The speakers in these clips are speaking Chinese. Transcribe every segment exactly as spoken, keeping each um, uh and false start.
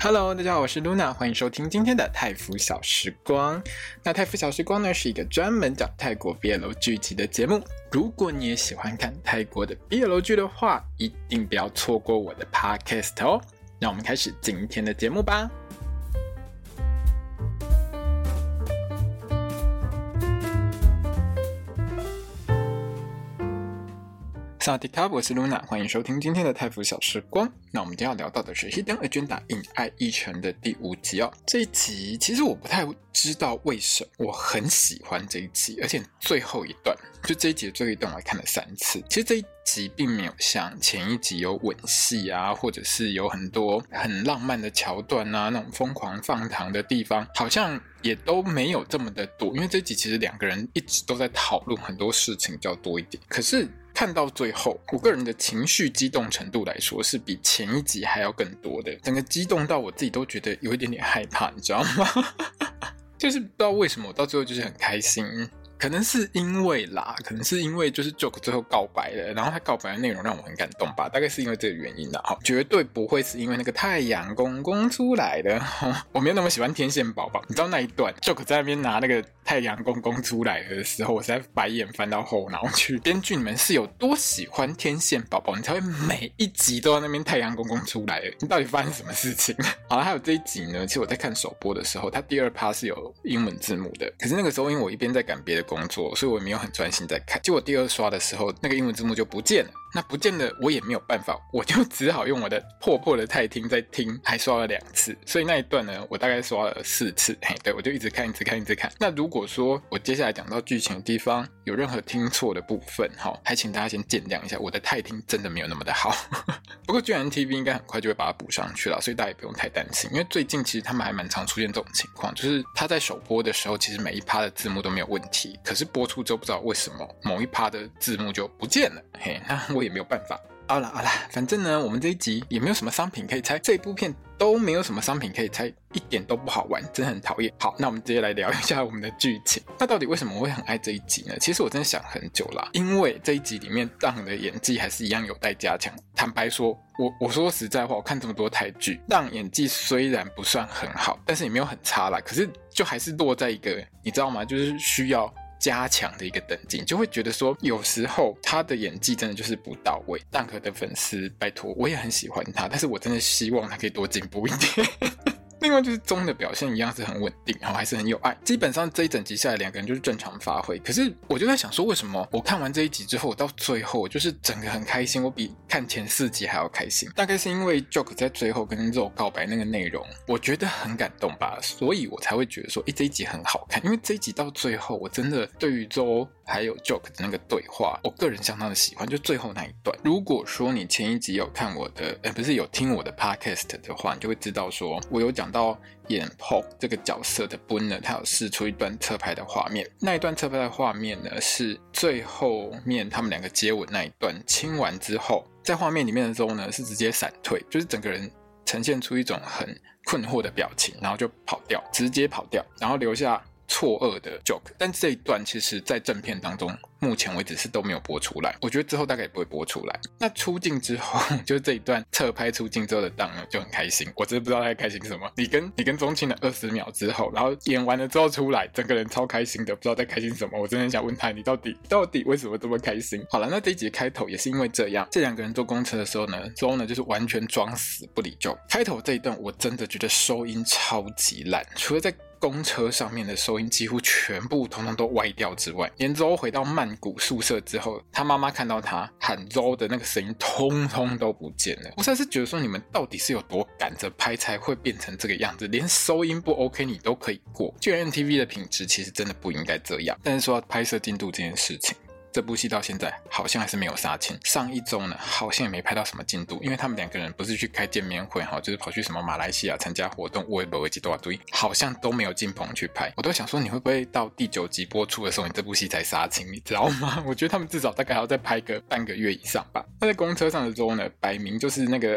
Hello， 大家好，我是 Luna， 欢迎收听今天的泰服小时光。那泰服小时光呢，是一个专门讲泰国 B L 剧集的节目。如果你也喜欢看泰国的 B L 剧的话，一定不要错过我的 Podcast 哦。那我们开始今天的节目吧。萨瓦迪卡，我是 Luna， 欢迎收听今天的泰服小时光。那我们今天要聊到的是 Hidden Agenda 隐爱议程的第五集哦。这一集其实我不太知道为什么我很喜欢这一集，而且最后一段，就这一集的最后一段我还看了三次。其实这一集并没有像前一集有吻戏啊，或者是有很多很浪漫的桥段啊，那种疯狂放糖的地方，好像也都没有这么的多。因为这一集其实两个人一直都在讨论很多事情，就要多一点。可是看到最后，我个人的情绪激动程度来说是比前一集还要更多的，整个激动到我自己都觉得有一点点害怕，你知道吗？就是不知道为什么我到最后就是很开心，可能是因为啦，可能是因为就是 Joke 最后告白了，然后他告白的内容让我很感动吧，大概是因为这个原因啦，绝对不会是因为那个太阳公公出来的。我没有那么喜欢天线宝宝，你知道那一段 Joke 在那边拿那个太阳公公出来的时候，我实在白眼翻到后脑去。编剧你们是有多喜欢天线宝宝，你才会每一集都在那边太阳公公出来了？你到底发生什么事情？好了，还有这一集呢，其实我在看首播的时候，它第二 part 是有英文字幕的，可是那个时候因为我一边在赶别的工作，所以我也没有很专心在看。结果第二刷的时候，那个英文字幕就不见了。那不见了，我也没有办法，我就只好用我的破破的泰听在听，还刷了两次。所以那一段呢，我大概刷了四次。嘿，对，我就一直看，一直看，一直看。那如果说我接下来讲到剧情的地方有任何听错的部分，齁，还请大家先见谅一下，我的泰听真的没有那么的好。不过居然 T V 应该很快就会把它补上去了，所以大家也不用太担心。因为最近其实他们还蛮常出现这种情况，就是他在首播的时候，其实每一趴的字幕都没有问题，可是播出之后不知道为什么某一趴的字幕就不见了。嘿，那我也没有办法。好啦好啦，反正呢，我们这一集也没有什么商品可以猜，这一部片都没有什么商品可以猜，一点都不好玩，真的很讨厌。好，那我们直接来聊一下我们的剧情。那到底为什么我会很爱这一集呢？其实我真的想很久啦，因为这一集里面让的演技还是一样有待加强。坦白说，我我说实在话，我看这么多台剧，让演技虽然不算很好，但是也没有很差啦，可是就还是落在一个你知道吗？就是需要加强的一个等级，就会觉得说有时候他的演技真的就是不到位。蛋壳的粉丝拜托，我也很喜欢他，但是我真的希望他可以多进步一点。另外就是钟的表现一样是很稳定，然后还是很有爱，基本上这一整集下来两个人就是正常发挥。可是我就在想说，为什么我看完这一集之后，我到最后我就是整个很开心，我比看前四集还要开心。大概是因为 Joke 在最后跟肉告白那个内容我觉得很感动吧，所以我才会觉得说诶，这一集很好看。因为这一集到最后我真的对于肉还有 Joke 的那个对话，我个人相当的喜欢，就最后那一段。如果说你前一集有看我的呃，不是有听我的 podcast 的话，你就会知道说我有讲到演 Paul 这个角色的 Boone 呢，他有释出一段侧拍的画面。那一段侧拍的画面呢，是最后面他们两个接吻那一段亲完之后，在画面里面的时候呢，是直接闪退，就是整个人呈现出一种很困惑的表情，然后就跑掉，直接跑掉，然后留下错愕的 Joke。 但这一段其实在正片当中目前为止是都没有播出来，我觉得之后大概也不会播出来。那出镜之后，就是这一段侧拍出镜之后的档呢，就很开心。我真的不知道他在开心什么。你跟你跟钟青的二十秒之后，然后演完了之后出来，整个人超开心的，不知道在开心什么。我真的很想问他，你到底到底为什么这么开心？好了，那这一集开头也是因为这样，这两个人坐公车的时候呢，之后呢就是完全装死不理 Joke。开头这一段我真的觉得收音超级烂，除了在公车上面的收音几乎全部通通都歪掉之外，连周回到曼谷宿舍之后，他妈妈看到他喊周的那个声音通通都不见了。我实在是觉得说，你们到底是有多赶着拍才会变成这个样子，连收音不 OK 你都可以过。居然 M T V 的品质其实真的不应该这样。但是说到拍摄进度这件事情，这部戏到现在好像还是没有杀青。上一周呢，好像也没拍到什么进度，因为他们两个人不是去开见面会，就是跑去什么马来西亚参加活动，我也不会记多少堆，好像都没有进棚去拍。我都想说，你会不会到第九集播出的时候，你这部戏才杀青，你知道吗？我觉得他们至少大概还要再拍个半个月以上吧。那在公车上的时候呢，摆明就是那个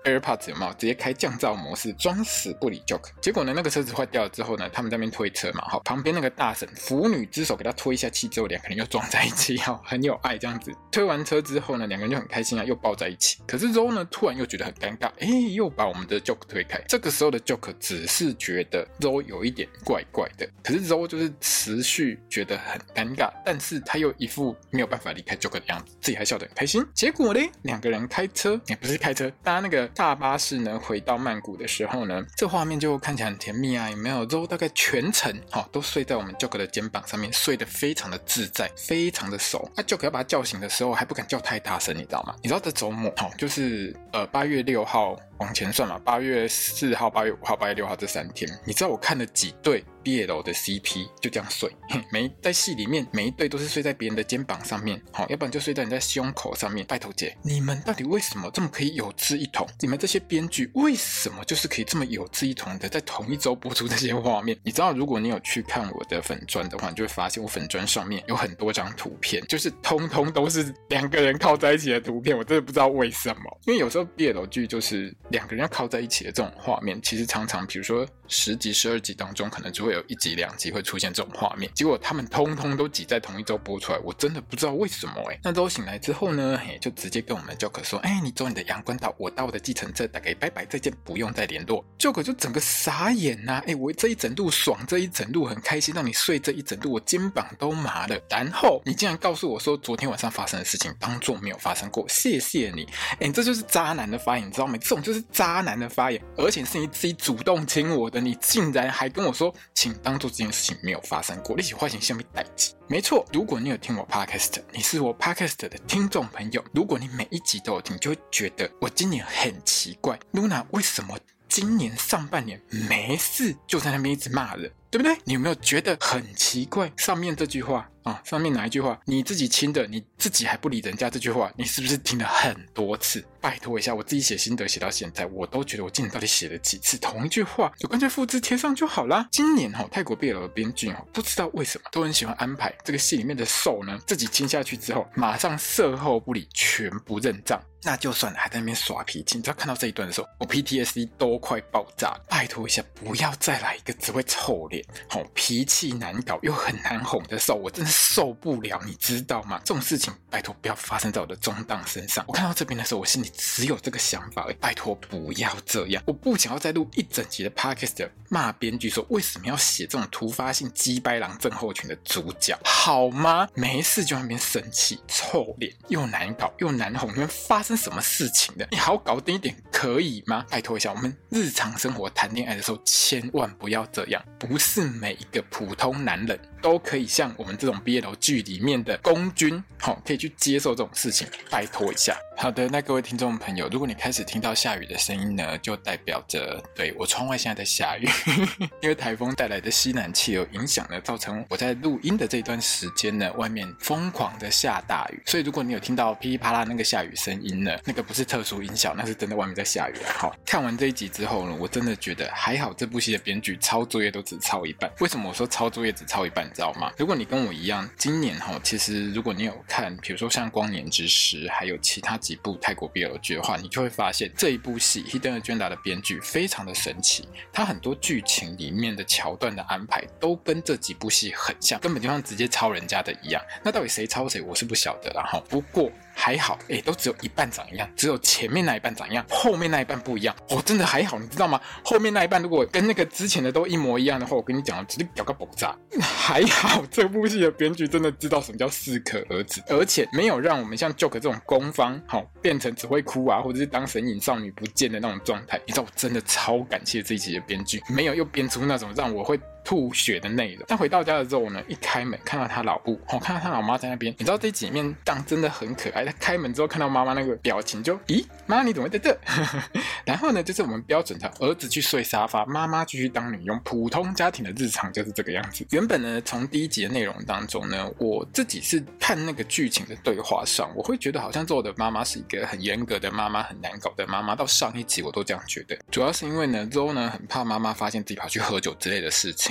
AirPods 有没有直接开降噪模式，装死不理 Joke。结果呢，那个车子坏掉了之后呢，他们在那边推车嘛，好，旁边那个大婶腐女之手给他推下气之后，两个人又撞在一起，好，很有爱这样子。推完车之后呢，两个人就很开心啊，又抱在一起。可是 Zoe 呢，突然又觉得很尴尬，哎，又把我们的 Joke 推开。这个时候的 Joke 只是觉得 Zoe 有一点怪怪的，可是 Zoe 就是持续觉得很尴尬，但是他又一副没有办法离开 Joke 的样子，自己还笑得很开心。结果呢，两个人开车，也不是开车，搭那个大巴士呢，回到曼谷的时候呢，这画面就看起来很甜蜜啊，有没有 ？Zoe 大概全程、哦、都睡在我们 Joke 的肩膀上面，睡得非常的自在，非常的熟。那、啊、Joke 要把他叫醒的时候，还不敢叫太大声，你知道吗？你知道这周末、哦、就是呃八月六号往前算嘛，八月四号、八月五号、八月六号这三天，你知道我看了几对 B L 的 C P 就这样睡，每在戏里面每一对都是睡在别人的肩膀上面，好、哦，要不然就睡在人家胸口上面。拜托姐，你们到底为什么这么可以有志一同？你们这些编剧为什么就是可以这么有志一同的在同一周播出这些画面？你知道，如果你有去看我的粉专的话，你就会发现我粉专上面有很多张图片，就是通通都是两个人靠在一起的图片。我真的不知道为什么，因为有时候 B L 剧就是两个人要靠在一起的这种画面，其实常常比如说十集、十二集当中，可能就会有一集、两集会出现这种画面。结果他们通通都挤在同一周播出来，我真的不知道为什么哎、欸。那周醒来之后呢，就直接跟我们 Joke 说：“哎，你走你的阳关道，我搭我的计程车，大概拜拜再见，不用再联络。” Joke 就整个傻眼呐、啊！哎，我这一整路爽，这一整路很开心，让你睡这一整路，我肩膀都麻了。然后你竟然告诉我说，昨天晚上发生的事情当作没有发生过，谢谢你。哎，这就是渣男的发言，你知道吗？这种就是渣男的发言，而且是你自己主动亲我的，你竟然还跟我说，请当作这件事情没有发生过，你是发生什么代志？没错，如果你有听我 podcast， 你是我 podcast 的听众朋友，如果你每一集都有听，就会觉得我今年很奇怪 ，Luna 为什么今年上半年没事就在那边一直骂人，对不对？你有没有觉得很奇怪？上面这句话啊，上面哪一句话？你自己亲的，你自己还不理人家这句话，你是不是听了很多次？拜托一下，我自己写心得写到现在，我都觉得我今年到底写了几次同一句话，就干脆复制贴上就好啦。今年哈、哦，泰国 B L 的编剧哈，不知道为什么都很喜欢安排这个戏里面的受呢，自己亲下去之后，马上售后不理，全部认账。那就算了，还在那边耍脾气。你知道看到这一段的时候，我 P T S D 都快爆炸了。拜托一下，不要再来一个只会臭脸、哦、脾气难搞又很难哄的受，我真的受不了，你知道吗？这种事情拜托不要发生在我的中档身上。我看到这边的时候，我心里只有这个想法而已，拜托不要这样。我不想要再录一整集的 podcast 骂编剧说为什么要写这种突发性鸡掰狼症候群的主角，好吗？没事就在那边生气，臭脸又难搞又难哄，你们发生什么事情的？你好搞定一点可以吗？拜托一下，我们日常生活谈恋爱的时候千万不要这样，不是每一个普通男人都可以像我们这种 B L 剧里面的公君、哦、可以去接受这种事情，拜托一下。好的，那各位听众朋友，如果你开始听到下雨的声音呢，就代表着对我窗外现在在下雨因为台风带来的西南气流影响呢，造成我在录音的这段时间呢，外面疯狂的下大雨，所以如果你有听到噼里啪啦那个下雨声音呢，那个不是特殊音效，那是真的外面在下雨啊。好，看完这一集之后呢，我真的觉得还好这部戏的编剧抄作业都只抄一半。为什么我说抄作业只抄一半你知道吗？如果你跟我一样，今年其实如果你有看比如说像光年之时还有其他几部泰国 B L 剧的话，你就会发现这一部戏 Hidden Agenda 的编剧非常的神奇，它很多剧情里面的桥段的安排都跟这几部戏很像，根本就像直接抄人家的一样。那到底谁抄谁我是不晓得啦，不过还好，哎，都只有一半长一样，只有前面那一半长一样，后面那一半不一样。哦，真的还好，你知道吗？后面那一半如果跟那个之前的都一模一样的话，我跟你讲，直接搞个爆炸。还好这部戏的编剧真的知道什么叫适可而止，而且没有让我们像 Joke 这种攻方，好、哦、变成只会哭啊，或者是当神隐少女不见的那种状态。你知道我真的超感谢这一集的编剧，没有又编出那种让我会吐血的内容。但回到家的时候呢，一开门看到他老布，哦，看到他老妈在那边，你知道这一集里面当真的很可爱。他开门之后看到妈妈那个表情就，咦，妈你怎么会在这？然后呢，就是我们标准的儿子去睡沙发，妈妈继续当女佣，普通家庭的日常就是这个样子。原本呢，从第一集的内容当中呢，我自己是看那个剧情的对话上，我会觉得好像Zoe的妈妈是一个很严格的妈妈，很难搞的妈妈。到上一集我都这样觉得，主要是因为呢，Zoe呢很怕妈妈发现自己跑去喝酒之类的事情。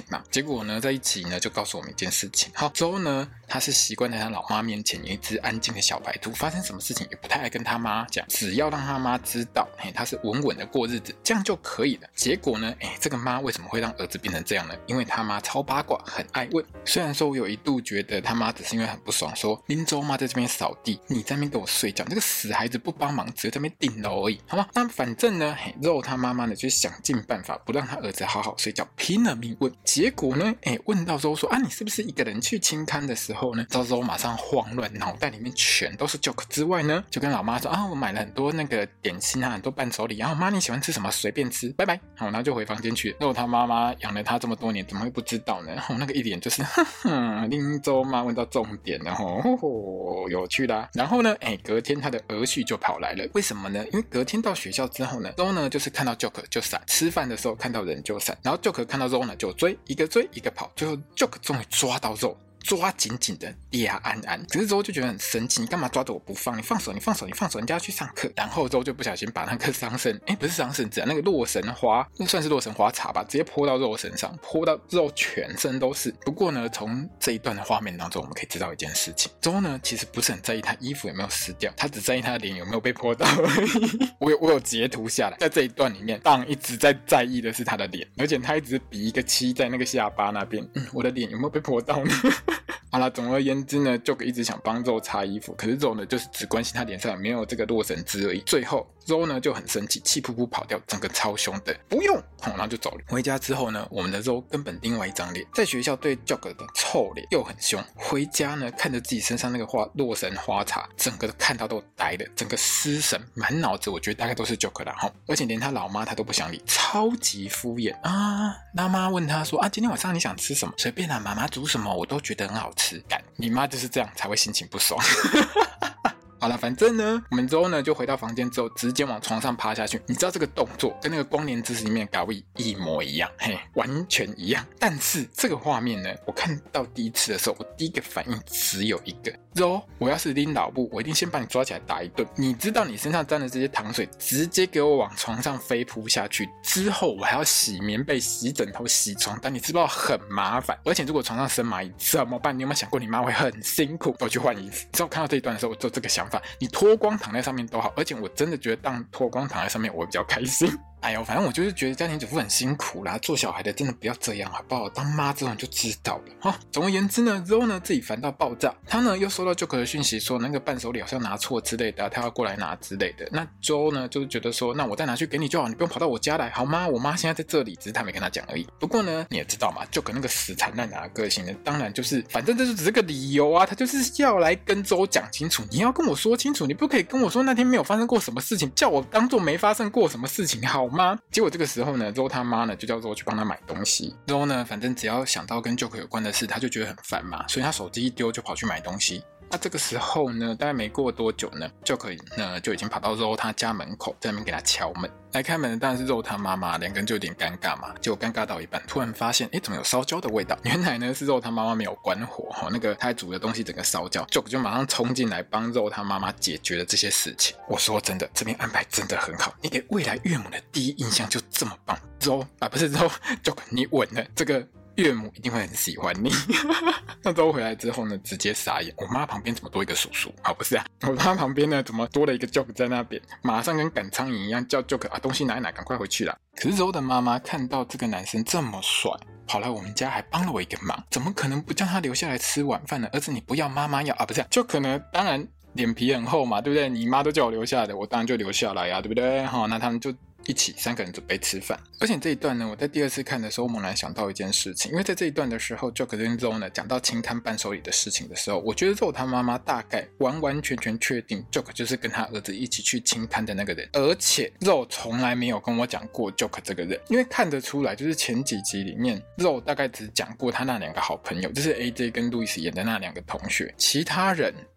嘛。结果呢，在一集呢就告诉我们一件事情，好，周呢他是习惯在他老妈面前有一只安静的小白兔，发生什么事情也不太爱跟他妈讲，只要让他妈知道，嘿，他是稳稳的过日子，这样就可以了。结果呢，哎，这个妈为什么会让儿子变成这样呢？因为他妈超八卦，很爱问。虽然说我有一度觉得他妈只是因为很不爽，说林周妈在这边扫地，你在那边给我睡觉，这个死孩子不帮忙，只会在那边顶楼而已，好吗？那反正呢，嘿，肉他妈妈呢就想尽办法不让他儿子好好睡觉，拼了命问。结果呢，哎，问到周说啊，你是不是一个人去清刊的时候呢？周周马上慌乱，脑袋里面全都是 joke 之外呢，就跟老妈说啊，我买了很多那个点心啊，很多伴手礼，然后妈你喜欢吃什么随便吃，拜拜。好，然后就回房间去。肉他妈妈养了他这么多年，怎么会不知道呢？哦，那个一脸就是哼哼，林周妈问到重点了，吼、哦，有趣啦。然后呢，哎，隔天他的儿婿就跑来了，为什么呢？因为隔天到学校之后呢，周呢就是看到 joke 就闪，吃饭的时候看到人就闪，然后 joke 看到肉呢就追，一个追一个跑，最后 joke 终于抓到肉。抓紧紧的嗲安安，可是周就觉得很生气，你干嘛抓着我不放？你放手，你放手，你放手，人家要去上课。然后周就不小心把那个桑葚，哎，不是桑葚子啊，那个洛神花，那算是洛神花茶吧，直接泼到肉身上，泼到肉全身都是。不过呢，从这一段的画面当中，我们可以知道一件事情，周呢其实不是很在意他衣服有没有湿掉，他只在意他的脸有没有被泼到而已。我有我有截图下来，在这一段里面，当一直在在意的是他的脸，而且他一直比一个七在那个下巴那边，嗯，我的脸有没有被泼到呢？好啦，总而言之呢 ，Joke 一直想帮肉擦衣服，可是肉呢就是只关心他脸上有没有这个洛神汁而已。最后肉呢就很生气，气噗噗跑掉，整个超凶的，不用，好，然后就走了。回家之后呢，我们的肉根本另外一张脸，在学校对 Joke 的臭脸又很凶，回家呢看着自己身上那个花洛神花茶，整个看到都呆了，整个失神，满脑子我觉得大概都是 Joke 啦齁，而且连他老妈他都不想理，超级敷衍啊。他妈问他说啊，今天晚上你想吃什么？随便啦，妈妈煮什么我都觉得很好吃。干，你妈就是这样才会心情不爽。好了，反正呢，我们之后呢就回到房间之后，直接往床上趴下去。你知道这个动作跟那个光年之子里面的嘎位一模一样，嘿，完全一样。但是这个画面呢，我看到第一次的时候，我第一个反应只有一个。肉，我要是拎老布，我一定先把你抓起来打一顿。你知道你身上沾的这些糖水，直接给我往床上飞扑下去，之后我还要洗棉被、洗枕头、洗床单，你知不知道很麻烦？而且如果床上生蚂蚁怎么办？你有没有想过你妈会很辛苦？我去换衣服。之后看到这一段的时候，我就这个想法，你脱光躺在上面都好，而且我真的觉得当脱光躺在上面我会比较开心。哎呦，反正我就是觉得家庭主妇很辛苦啦，做小孩的真的不要这样好不好？当妈之后你就知道了。好，总而言之呢 ，Ro 呢自己烦到爆炸，他呢又收到 Joke 的讯息说那个伴手礼好像拿错之类的、啊，他要过来拿之类的。那 Ro 呢就是觉得说，那我再拿去给你就好，你不用跑到我家来好吗？我妈现在在这里，只是他没跟他讲而已。不过呢，你也知道嘛 ，Joke 那个死缠烂打的个性呢，当然就是反正这就只是个理由啊，他就是要来跟 Ro 讲清楚，你要跟我说清楚，你不可以跟我说那天没有发生过什么事情，叫我当做没发生过什么事情好吗？结果这个时候呢 Ro 他妈呢就叫 Ro 去帮他买东西。Ro 呢反正只要想到跟 Joke 有关的事，他就觉得很烦嘛，所以他手机一丢就跑去买东西。那这个时候呢，大概没过多久呢 Joke 呢就已经跑到 Ro 他家门口，在那边给他敲门。来开门的当然是 Ro 他妈妈，两个人就有点尴尬嘛。结果尴尬到一半，突然发现，哎，怎么有烧焦的味道？原来呢是 Ro 他妈妈没有关火，哦、那个他煮的东西整个烧焦。Joke 就马上冲进来帮 Ro 他妈妈解决了这些事情。我说真的，这边安排真的很好，你给未来岳母的第一印象就这么棒。Ro 啊，不是 Ro Joke 你稳了，这个岳母一定会很喜欢你。那周回来之后呢，直接傻眼，我妈旁边怎么多一个叔叔？好，不是啊，我妈旁边呢怎么多了一个 Joke 在那边，马上跟赶苍蝇一样叫 Joke 啊，东西拿一拿，赶快回去啦。可是周的妈妈看到这个男生这么帅，跑来我们家还帮了我一个忙，怎么可能不叫他留下来吃晚饭呢？儿子你不要，妈妈要啊，不是、啊、Joke 呢当然脸皮很厚嘛，对不对？你妈都叫我留下来的，我当然就留下来啊，对不对？好，那他们就一起三个人准备吃饭。而且这一段呢，我在第二次看的时候猛然想到一件事情，因为在这一段的时候 Joke 跟 Ro 呢讲到清刊伴手礼的事情的时候，我觉得 Ro 他妈妈大概完完全全确定 Joke 就是跟他儿子一起去清刊的那个人，而且 Ro 从来没有跟我讲过 Joke 这个人，因为看得出来就是前几集里面 Ro 大概只讲过他那两个好朋友，就是 A J 跟 Louis 演的那两个同学，其他人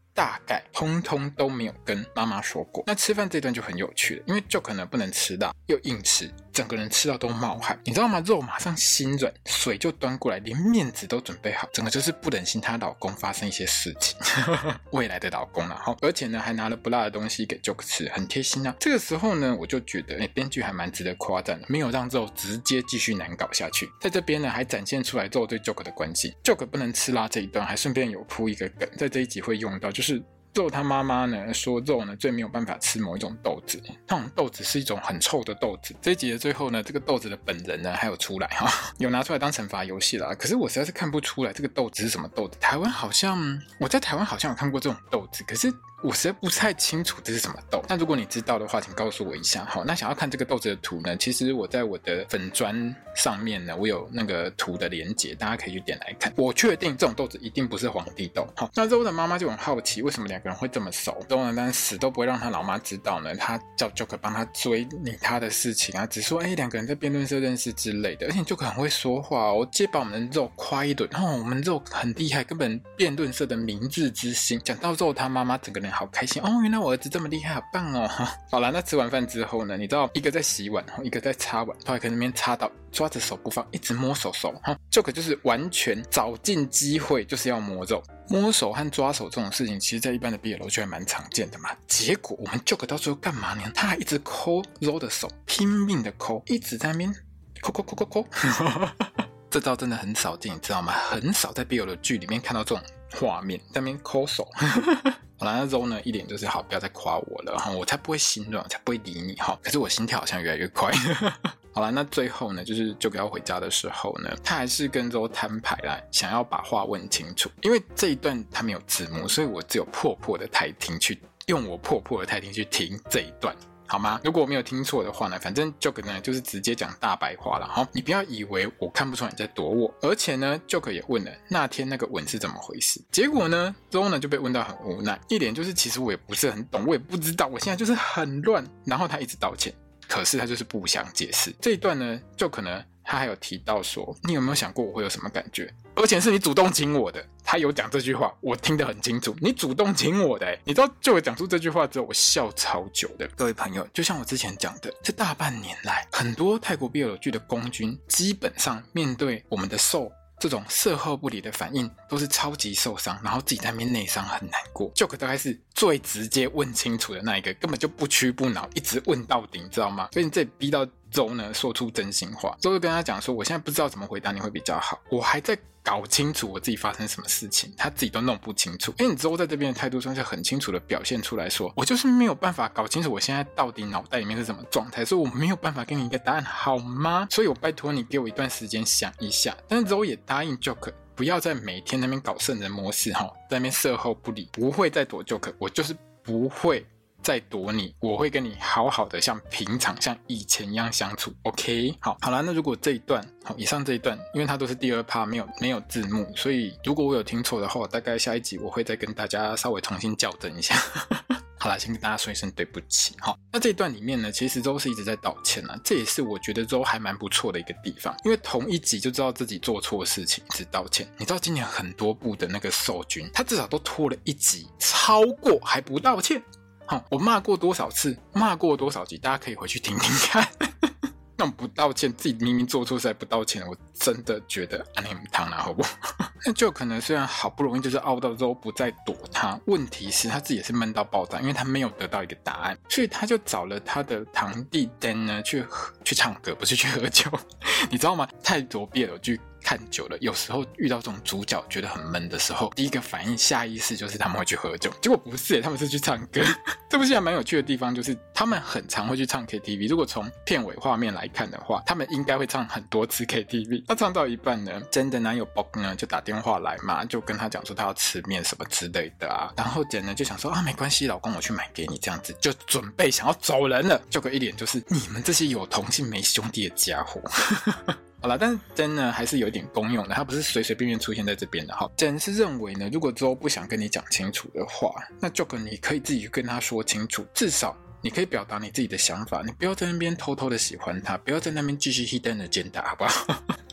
大概通通都没有跟妈妈说过。那吃饭这段就很有趣了，因为就可能不能吃辣，又硬吃，整个人吃到都冒汗，你知道吗？肉马上心软，水就端过来，连面子都准备好，整个就是不忍心她老公发生一些事情未来的老公啦，而且呢还拿了不辣的东西给 Joke 吃，很贴心啊。这个时候呢我就觉得编剧还蛮值得夸赞的，没有让肉直接继续难搞下去，在这边呢还展现出来肉对 Joke 的关系。 Joke 不能吃辣这一段还顺便有铺一个梗，在这一集会用到，就是肉他妈妈呢说肉呢最没有办法吃某一种豆子，那种豆子是一种很臭的豆子。这一集的最后呢，这个豆子的本人呢还有出来哈，有拿出来当惩罚游戏啦。可是我实在是看不出来这个豆子是什么豆子。台湾好像我在台湾好像有看过这种豆子，可是我实在不太清楚这是什么豆。那如果你知道的话请告诉我一下。好，那想要看这个豆子的图呢，其实我在我的粉专上面呢我有那个图的连结，大家可以去点来看。我确定这种豆子一定不是皇帝豆。好，那肉的妈妈就很好奇为什么两个人会这么熟。肉呢但是死都不会让他老妈知道呢，他叫 Joke 帮他追你他的事情啊，只说哎两个人在辩论社认识之类的。而且 Joke 很会说话哦，直接把我们的肉夸一顿哦，我们肉很厉害，根本辩论社的明日之星。讲到肉他妈妈整个人好开心哦，原来我儿子这么厉害，好棒哦。好啦，那吃完饭之后呢，你知道一个在洗碗，一个在擦碗，都还可以那边擦到抓着手不放，一直摸手手。Joke 就是完全找尽机会就是要摸肉。摸手和抓手这种事情其实在一般的 B L 就还蛮常见的嘛。结果我们 Joke 到最后干嘛呢？他还一直抠肉的手，拼命的抠，一直在那边抠抠抠抠抠这招真的很少见，你知道吗？很少在 B L 的剧里面看到这种画面，在那边抠手好啦，那肉呢一脸就是好，不要再夸我了，我才不会心软，我才不会理你。可是我心跳好像越来越快好啦，那最后呢就是 Joke 要回家的时候呢，他还是跟肉摊牌啦，想要把话问清楚。因为这一段他没有字幕，所以我只有破破的台听去用我破破的台听去听这一段，好吗？如果我没有听错的话呢，反正 Joke 呢就是直接讲大白话了哈，你不要以为我看不出来你在躲我。而且呢 Joke 也问了那天那个吻是怎么回事，结果呢周呢就被问到很无奈，一脸就是其实我也不是很懂，我也不知道，我现在就是很乱。然后他一直道歉，可是他就是不想解释。这一段呢 Joke 呢他还有提到说你有没有想过我会有什么感觉，而且是你主动亲我的。他有讲这句话我听得很清楚，你主动亲我的、欸、你知道就有讲出这句话之后我笑超久的。各位朋友，就像我之前讲的，这大半年来很多泰国 B L 剧的公军基本上面对我们的受这种事后不理的反应都是超级受伤，然后自己在那边内伤很难过。Joke 大概是最直接问清楚的那一个，根本就不屈不挠，一直问到底，你知道吗？所以你这逼到周呢说出真心话。周就跟他讲说我现在不知道怎么回答你会比较好，我还在搞清楚我自己发生什么事情，他自己都弄不清楚。因为你周在这边的态度算是很清楚的表现出来说，我就是没有办法搞清楚我现在到底脑袋里面是什么状态，所以我没有办法给你一个答案，好吗？所以我拜托你给我一段时间想一下。但是周也答应 Joke 不要再每天那边搞圣人模式，在那边事后不理，不会再躲 Joke， 我就是不会再躲你，我会跟你好好的像平常像以前一样相处 OK。 好好啦，那如果这一段以上这一段因为它都是第二 part 没有没有字幕，所以如果我有听错的话，大概下一集我会再跟大家稍微重新校正一下好啦，先跟大家说一声对不起。好，那这一段里面呢，其实周是一直在道歉啊，这也是我觉得周还蛮不错的一个地方，因为同一集就知道自己做错事情，一直道歉。你知道今年很多部的那个受君，他至少都拖了一集超过还不道歉。好，我骂过多少次，骂过多少集，大家可以回去听听看那种不道歉，自己明明做错事还不道歉，我真的觉得安内母汤啦，好不好那就可能虽然好不容易就是熬到之后不再躲他，问题是他自己也是闷到爆炸，因为他没有得到一个答案，所以他就找了他的堂弟 Dan 呢去去唱歌，不是去喝酒你知道吗？太多 B L 剧看久了，有时候遇到这种主角觉得很闷的时候，第一个反应下意识就是他们会去喝酒，结果不是耶，他们是去唱歌这部戏还蛮有趣的地方就是他们很常会去唱 K T V， 如果从片尾画面来看的话，他们应该会唱很多次 K T V。 他唱到一半呢，真的男友 Bob 呢就打电话来嘛，就跟他讲说他要吃面什么之类的啊，然后简呢就想说啊没关系，老公我去买给你，这样子就准备想要走人了，就个一脸就是你们这些有同性没兄弟的家伙好啦，但是真呢还是有一点功用的，他不是随随便便出现在这边的哈。真是认为呢，如果周不想跟你讲清楚的话，那 Joke 你可以自己去跟他说清楚，至少你可以表达你自己的想法，你不要在那边偷偷的喜欢他，不要在那边继续 hidden agenda 好不好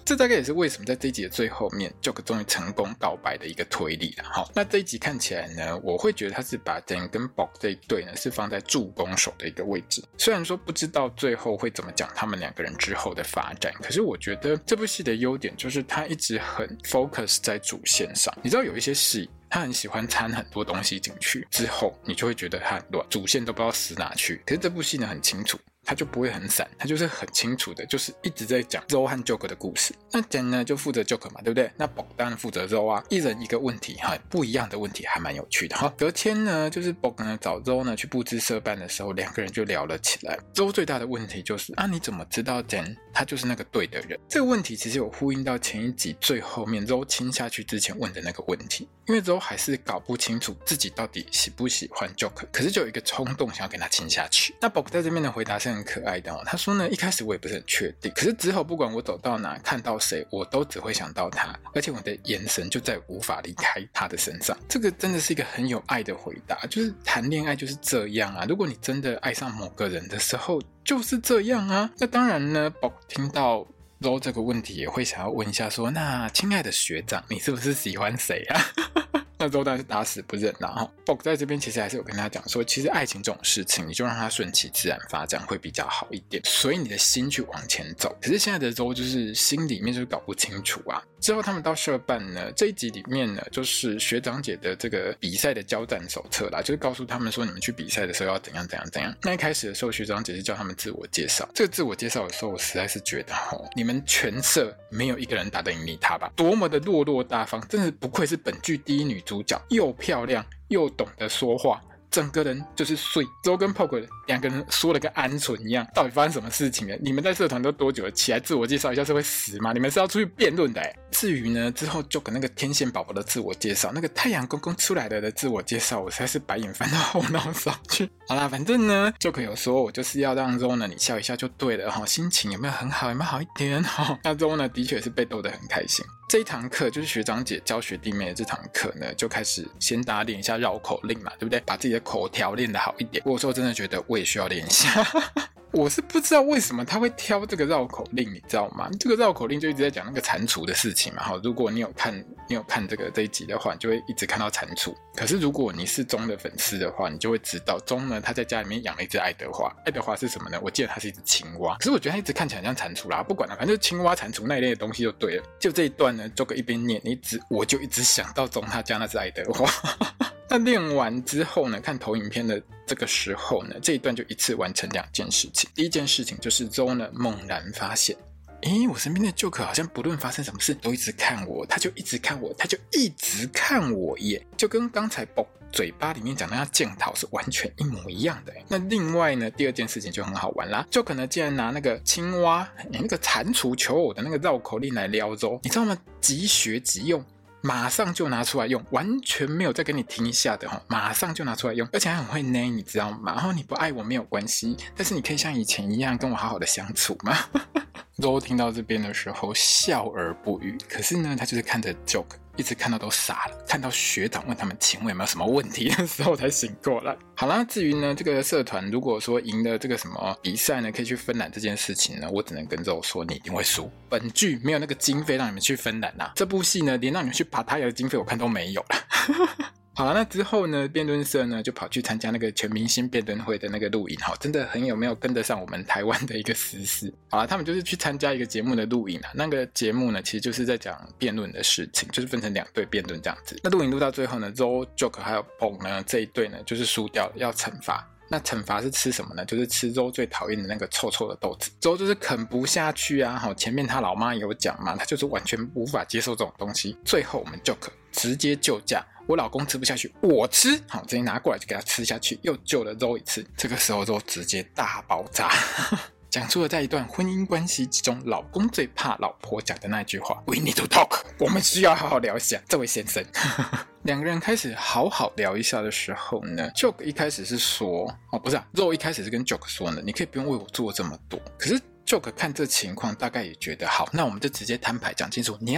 这大概也是为什么在这一集的最后面 Joke 终于成功告白的一个推理了。好，那这一集看起来呢，我会觉得他是把 Dan 跟 Bob 这一对呢是放在助攻手的一个位置。虽然说不知道最后会怎么讲他们两个人之后的发展，可是我觉得这部戏的优点就是他一直很 focus 在主线上。你知道有一些戏他很喜欢掺很多东西进去，之后你就会觉得他很乱，主线都不知道死哪去。可是这部戏呢很清楚，他就不会很散，他就是很清楚的，就是一直在讲 Zoe 和 Joke 的故事。那 Dan 呢就负责 Joke 嘛，对不对？那 Bob 当然负责 Zoe 啊，一人一个问题哈，不一样的问题还蛮有趣的哈。隔天呢，就是 Bob 呢找 Zoe 呢去布置社办的时候，两个人就聊了起来。Zoe 最大的问题就是啊，你怎么知道 Dan 他就是那个对的人？这个问题其实有呼应到前一集最后面 Zoe 亲下去之前问的那个问题，因为 Zoe 还是搞不清楚自己到底喜不喜欢 Joke， 可是就有一个冲动想要跟他亲下去。那 Bob 在这边的回答是很可爱的哦，他说呢，一开始我也不是很确定，可是之后不管我走到哪看到谁，我都只会想到他，而且我的眼神就再无法离开他的身上。这个真的是一个很有爱的回答，就是谈恋爱就是这样啊，如果你真的爱上某个人的时候就是这样啊。那当然呢 Bob 听到 Zoe 这个问题也会想要问一下说，那亲爱的学长你是不是喜欢谁啊？那Zoe当然是打死不认啦、啊、Bob 在这边其实还是有跟他讲说，其实爱情这种事情你就让它顺其自然发展会比较好一点，所以你的心去往前走。可是现在的Zoe就是心里面就是搞不清楚啊。之后他们到社办呢，这一集里面呢就是学长姐的这个比赛的交战手册啦，就是告诉他们说你们去比赛的时候要怎样怎样怎样。那一开始的时候学长姐是叫他们自我介绍，这个自我介绍的时候我实在是觉得齁，你们全社没有一个人打得赢你他吧，多么的落落大方，真的不愧是本剧第一女主角，又漂亮又懂得说话，整个人就是碎。Zoe跟 Bob 两个人说的跟鹌鹑一样，到底发生什么事情了？你们在社团都多久了？起来自我介绍一下是会死吗？你们是要出去辩论的欸。至于呢之后 Joke 那个天线宝宝的自我介绍，那个太阳公公出来了的自我介绍，我实在是白眼翻到后脑勺去。好啦，反正呢 Joke 有说我就是要让 Zoe 呢你笑一下就对了，心情有没有很好，有没有好一点？那 Zoe 呢的确是被逗得很开心。这一堂课就是学长姐教学弟妹的这堂课呢，就开始先大家练一下绕口令嘛，对不对？把自己的口条练得好一点。我有时候真的觉得我也需要练一下。我是不知道为什么他会挑这个绕口令，你知道吗？这个绕口令就一直在讲那个蟾蜍的事情嘛。好，如果你有看你有看这个这一集的话，你就会一直看到蟾蜍。可是如果你是钟的粉丝的话，你就会知道钟呢他在家里面养了一只爱德华。爱德华是什么呢？我记得它是一只青蛙，可是我觉得它一直看起来像蟾蜍啦，不管了，反正就是青蛙、蟾蜍那一类的东西就对了。就这一段呢，就一边念，一直我就一直想到钟他家那只爱德华。那练完之后呢，看投影片的这个时候呢，这一段就一次完成两件事情。第一件事情就是 Zoe 呢猛然发现，诶，我身边的 Joke 好像不论发生什么事都一直看我，他就一直看我，他就一直看我耶，就跟刚才 Bob 嘴巴里面讲的那剑桃是完全一模一样的。那另外呢，第二件事情就很好玩啦， Joke 呢竟然拿那个青蛙那个蟾蜍求偶的那个绕口令来撩 Zoe， 你知道吗？即学即用，马上就拿出来用，完全没有再跟你停一下的，马上就拿出来用，而且还很会捏，你知道吗？然后你不爱我没有关系，但是你可以像以前一样跟我好好的相处吗？Zoe 听到这边的时候笑而不语，可是呢他就是看着 Joke 一直看到都傻了，看到学长问他们请问有没有什么问题的时候才醒过来。好啦，至于呢这个社团如果说赢了这个什么比赛呢可以去芬兰这件事情呢，我只能跟 Zoe 说你一定会输，本剧没有那个经费让你们去芬兰啊，这部戏呢连让你们去帕塔亚的经费我看都没有了好了，那之后呢辩论社呢就跑去参加那个全明星辩论会的那个录影，真的很有没有跟得上我们台湾的一个时事。好了，他们就是去参加一个节目的录影，那个节目呢其实就是在讲辩论的事情，就是分成两队辩论这样子。那录影录到最后呢 Zoe Joke 还有 Bob 呢这一队呢就是输掉了，要惩罚。那惩罚是吃什么呢？就是吃Zoe最讨厌的那个臭臭的豆子。Zoe就是啃不下去啊，前面他老妈有讲嘛，他就是完全无法接受这种东西。最后我们 Joke 直接救驾，我老公吃不下去我吃，好，直接拿过来就给他吃下去，又救了Zoe一次。这个时候Zoe直接大爆炸讲出了在一段婚姻关系之中老公最怕老婆讲的那句话 We need to talk， 我们需要好好聊一下，这位先生两个人开始好好聊一下的时候呢 Joke 一开始是说哦不是啊 Zoe 一开始是跟 Joke 说呢，你可以不用为我做这么多，可是 Joke 看这情况大概也觉得好，那我们就直接摊牌讲清楚，你要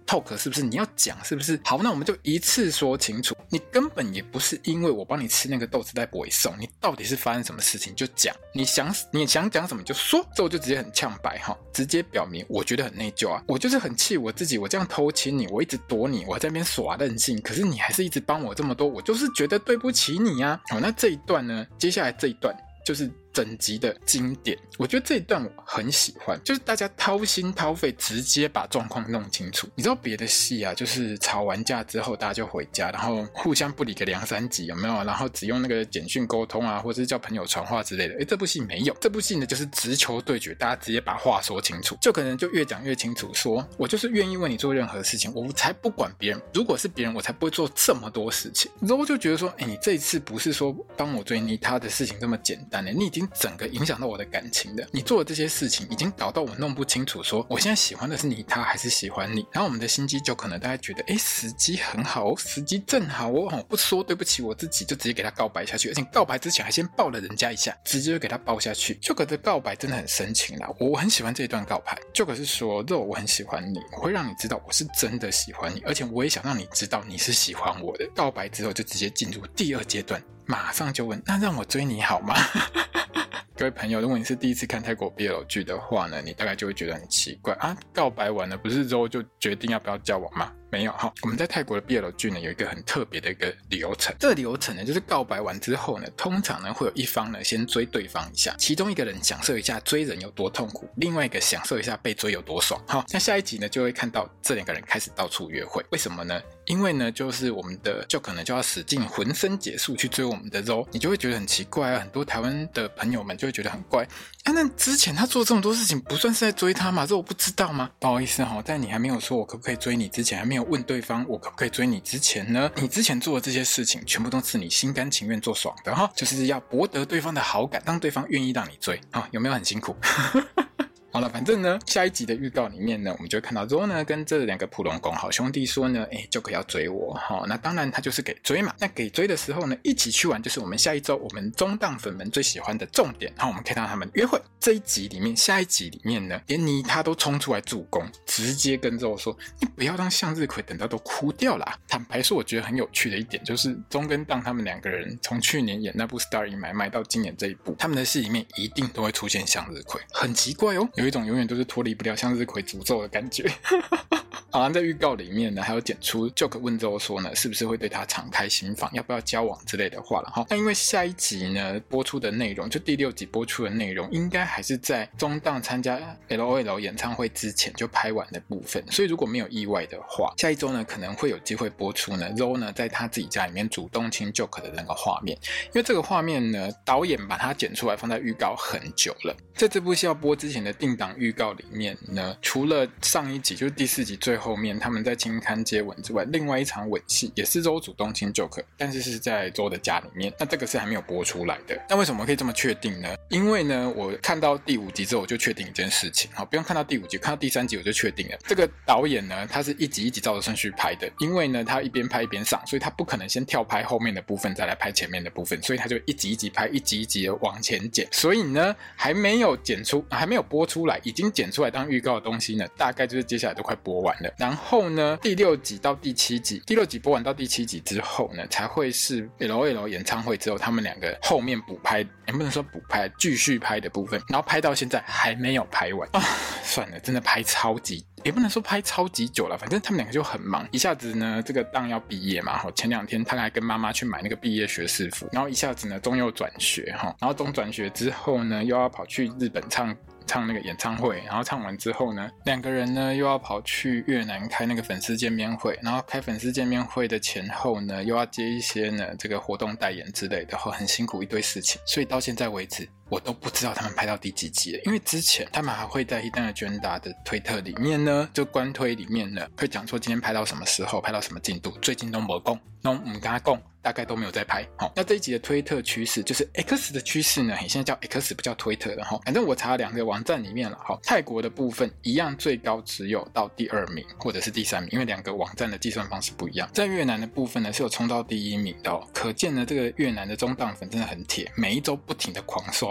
talk 是不是？你要讲是不是？好，那我们就一次说清楚。你根本也不是因为我帮你吃那个豆子在不会送，你到底是发生什么事情就讲，你想你想讲什么就说，这我就直接很呛白哈，直接表明我觉得很内疚啊，我就是很气我自己，我这样偷亲你，我一直躲你，我在那边耍任性，可是你还是一直帮我这么多，我就是觉得对不起你啊。好，那这一段呢，接下来这一段就是整集的经典，我觉得这一段我很喜欢，就是大家掏心掏肺直接把状况弄清楚。你知道别的戏啊，就是吵完架之后大家就回家，然后互相不理个两三集有没有，然后只用那个简讯沟通啊，或者是叫朋友传话之类的。诶，这部戏没有，这部戏呢就是直球对决，大家直接把话说清楚，就可能就越讲越清楚，说我就是愿意为你做任何事情，我才不管别人，如果是别人我才不会做这么多事情。然后就觉得说，诶，你这一次不是说帮我追妮他的事情这么简单的，你已经整个影响到我的感情的，你做的这些事情已经搞到我弄不清楚说我现在喜欢的是你他还是喜欢你。然后我们的心机就可能大家觉得诶时机很好哦，时机正好哦，不说对不起我自己就直接给他告白下去，而且告白之前还先抱了人家一下，直接就给他抱下去。就可的告白真的很深情啦，我很喜欢这一段告白。就可是说肉我很喜欢你，我会让你知道我是真的喜欢你，而且我也想让你知道你是喜欢我的。告白之后就直接进入第二阶段，马上就问那让我追你好吗？各位朋友，如果你是第一次看泰国 B L 剧的话呢，你大概就会觉得很奇怪啊，告白完了不是之后就决定要不要交往吗？没有哈，我们在泰国的 B L 剧呢有一个很特别的一个流程，这个流程呢就是告白完之后呢，通常呢会有一方呢先追对方一下，其中一个人享受一下追人有多痛苦，另外一个享受一下被追有多爽。好，那下一集呢就会看到这两个人开始到处约会，为什么呢？因为呢就是我们的就可能就要使尽浑身解数去追我们的肉，你就会觉得很奇怪啊，很多台湾的朋友们就会觉得很怪啊，那之前他做这么多事情不算是在追他吗？这我不知道吗？不好意思哈，在你还没有说我可不可以追你之前，还没有问对方我可不可以追你之前呢，你之前做的这些事情全部都是你心甘情愿做爽的哈，就是要博得对方的好感，让对方愿意让你追啊，有没有很辛苦？好了，反正呢，下一集的预告里面呢，我们就会看到 Ro 呢跟这两个普龙宫好兄弟说呢，哎 ，Joker 要追我哈、哦，那当然他就是给追嘛。那给追的时候呢，一起去玩就是我们下一周我们中档粉们最喜欢的重点，然后我们可以看到他们约会。这一集里面，下一集里面呢，连妮他都冲出来助攻，直接跟 Ro 说，你不要让向日葵等到都哭掉啦。坦白说，我觉得很有趣的一点就是中跟档他们两个人从去年演那部 Star in My Mind 到今年这一部，他们的戏里面一定都会出现向日葵，很奇怪哦，有一种永远都是脱离不了向日葵诅咒的感觉。好像在预告里面呢，还有剪出 Joker 问Ro 说呢，是不是会对他敞开心房，要不要交往之类的话了哈。那因为下一集呢播出的内容，就第六集播出的内容，应该还是在中档参加 L O L 演唱会之前就拍完的部分，所以如果没有意外的话，下一周呢可能会有机会播出呢 Ro 呢在他自己家里面主动亲 Joker 的那个画面，因为这个画面呢导演把它剪出来放在预告很久了。在这部戏要播之前的定档预告里面呢，除了上一集就是第四集最后面他们在轻刊接吻之外，另外一场吻戏也是 Ro 主动亲 Joker， 但是是在 Ro 的家里面，那这个是还没有播出来的。那为什么可以这么确定呢？因为呢我看到第五集之后我就确定一件事情，好，不用看到第五集，看到第三集我就确定了，这个导演呢他是一集一集照着顺序拍的，因为呢他一边拍一边上，所以他不可能先跳拍后面的部分再来拍前面的部分，所以他就一集一集拍，一集一集的往前剪，所以呢还没有剪出还没有播出来，已经剪出来当预告的东西呢大概就是接下来都快播完了。然后呢第六集到第七集，第六集播完到第七集之后呢才会是 L O L 演唱会之后他们两个后面补拍，也不能说补拍，继续拍的部分，然后拍到现在还没有拍完啊！算了，真的拍超级也不能说拍超级久了，反正他们两个就很忙，一下子呢这个档要毕业嘛，前两天他还跟妈妈去买那个毕业学士服，然后一下子呢中又转学，然后中转学之后呢又要跑去日本唱唱那个演唱会，然后唱完之后呢两个人呢又要跑去越南开那个粉丝见面会，然后开粉丝见面会的前后呢又要接一些呢这个活动代言之类的，很辛苦一堆事情，所以到现在为止我都不知道他们拍到第几集了，因为之前他们还会在 Hidden Agenda 的推特里面呢，就官推里面呢会讲说今天拍到什么时候，拍到什么进度，最近都没讲，那我们跟他讲大概都没有在拍。好，那这一集的推特趋势就是 X 的趋势呢，现在叫 X 不叫推特了哈。反正我查了两个网站里面了哈，泰国的部分一样最高只有到第二名或者是第三名，因为两个网站的计算方式不一样。在越南的部分呢是有冲到第一名的哦，可见呢这个越南的中档粉真的很铁，每一周不停的狂刷。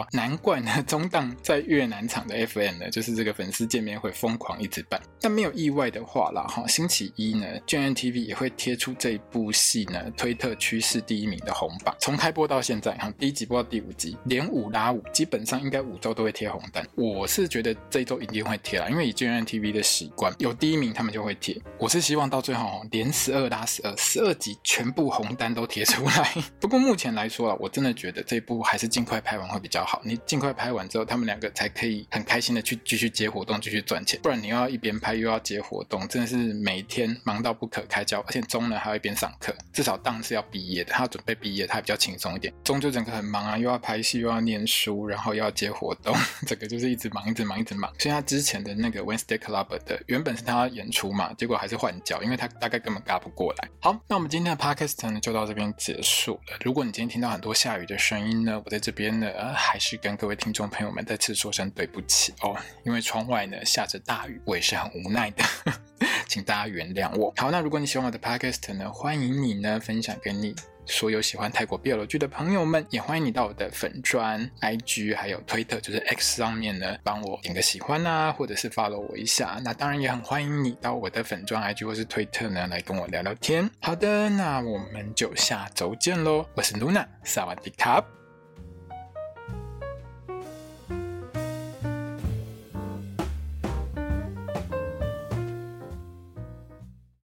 话，难怪呢中档在越南场的 F M 呢，就是这个粉丝见面会疯狂一直办。但没有意外的话啦，星期一呢 G N T V 也会贴出这一部戏呢推特趋势第一名的红榜，从开播到现在，第一集播到第五集，连五拉五，基本上应该五周都会贴红单。我是觉得这一周一定会贴啦，因为以 G N T V 的习惯，有第一名他们就会贴。我是希望到最后连十二拉十二，十二集全部红单都贴出来。不过目前来说啦，我真的觉得这一部还是尽快拍完会比较好。你尽快拍完之后，他们两个才可以很开心的去继续接活动，继续赚钱。不然你又要一边拍又要接活动，真的是每天忙到不可开交。而且中呢还要一边上课，至少当是要毕业的，他要准备毕业，他还比较轻松一点。中就整个很忙啊，又要拍戏又要念书，然后又要接活动，整个就是一直忙一直忙一直忙。所以他之前的那个 Wednesday Club 的原本是他要演出嘛，结果还是换角，因为他大概根本嘎不过来。好，那我们今天的 podcast 呢就到这边结束了。如果你今天听到很多下雨的声音呢，我在这边呢、呃、还是跟各位听众朋友们再次说声对不起哦，因为窗外呢下着大雨，我也是很无奈的请大家原谅我。好，那如果你喜欢我的 podcast 呢，欢迎你呢分享给你所有喜欢泰国 B L 剧的朋友们，也欢迎你到我的粉专 I G 还有推特就是 X 上面呢帮我点个喜欢啊，或者是 follow 我一下。那当然也很欢迎你到我的粉专 I G 或是推特呢来跟我聊聊天。好的，那我们就下周见咯，我是 Luna， 萨瓦迪卡。